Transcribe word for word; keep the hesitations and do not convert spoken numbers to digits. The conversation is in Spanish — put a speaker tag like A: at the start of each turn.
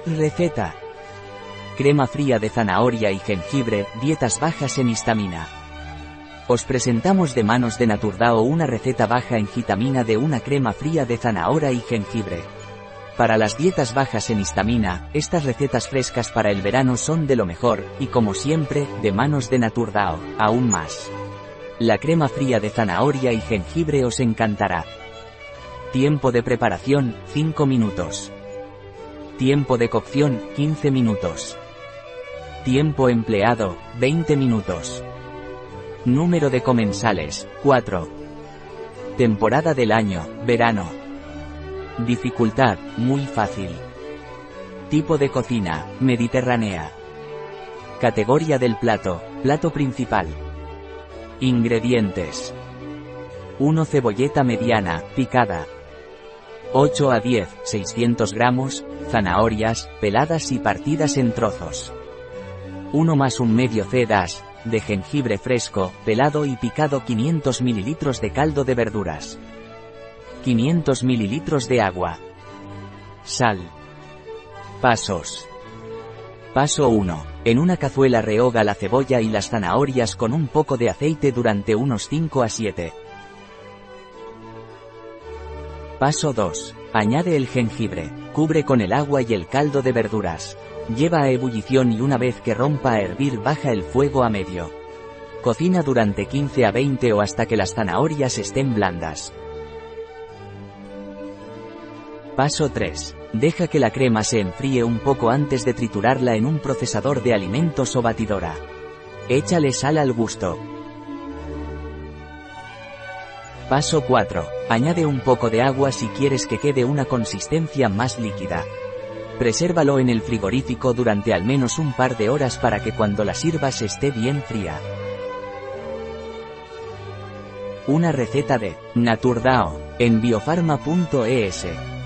A: Receta: crema fría de zanahoria y jengibre, dietas bajas en histamina. Os presentamos de manos de Naturdao una receta baja en hitamina de una crema fría de zanahoria y jengibre. Para las dietas bajas en histamina, estas recetas frescas para el verano son de lo mejor, y como siempre, de manos de Naturdao, aún más. La crema fría de zanahoria y jengibre os encantará. Tiempo de preparación, cinco minutos. Tiempo de cocción, quince minutos. Tiempo empleado, veinte minutos. Número de comensales, cuatro. Temporada del año, verano. Dificultad, muy fácil. Tipo de cocina, mediterránea. Categoría del plato, plato principal. Ingredientes: uno Cebolleta mediana, picada. ocho a diez, seiscientos gramos, zanahorias, peladas y partidas en trozos. uno más un medio C dash, de jengibre fresco, pelado y picado. quinientos mililitros de caldo de verduras. quinientos mililitros de agua. Sal. Pasos. Paso uno. En una cazuela rehoga la cebolla y las zanahorias con un poco de aceite durante unos cinco a siete. Paso dos. Añade el jengibre, cubre con el agua y el caldo de verduras. Lleva a ebullición y una vez que rompa a hervir baja el fuego a medio. Cocina durante quince a veinte o hasta que las zanahorias estén blandas. Paso tres. Deja que la crema se enfríe un poco antes de triturarla en un procesador de alimentos o batidora. Échale sal al gusto. Paso cuatro. Añade un poco de agua si quieres que quede una consistencia más líquida. Presérvalo en el frigorífico durante al menos un par de horas para que cuando la sirvas esté bien fría. Una receta de Naturdao en biofarma punto es.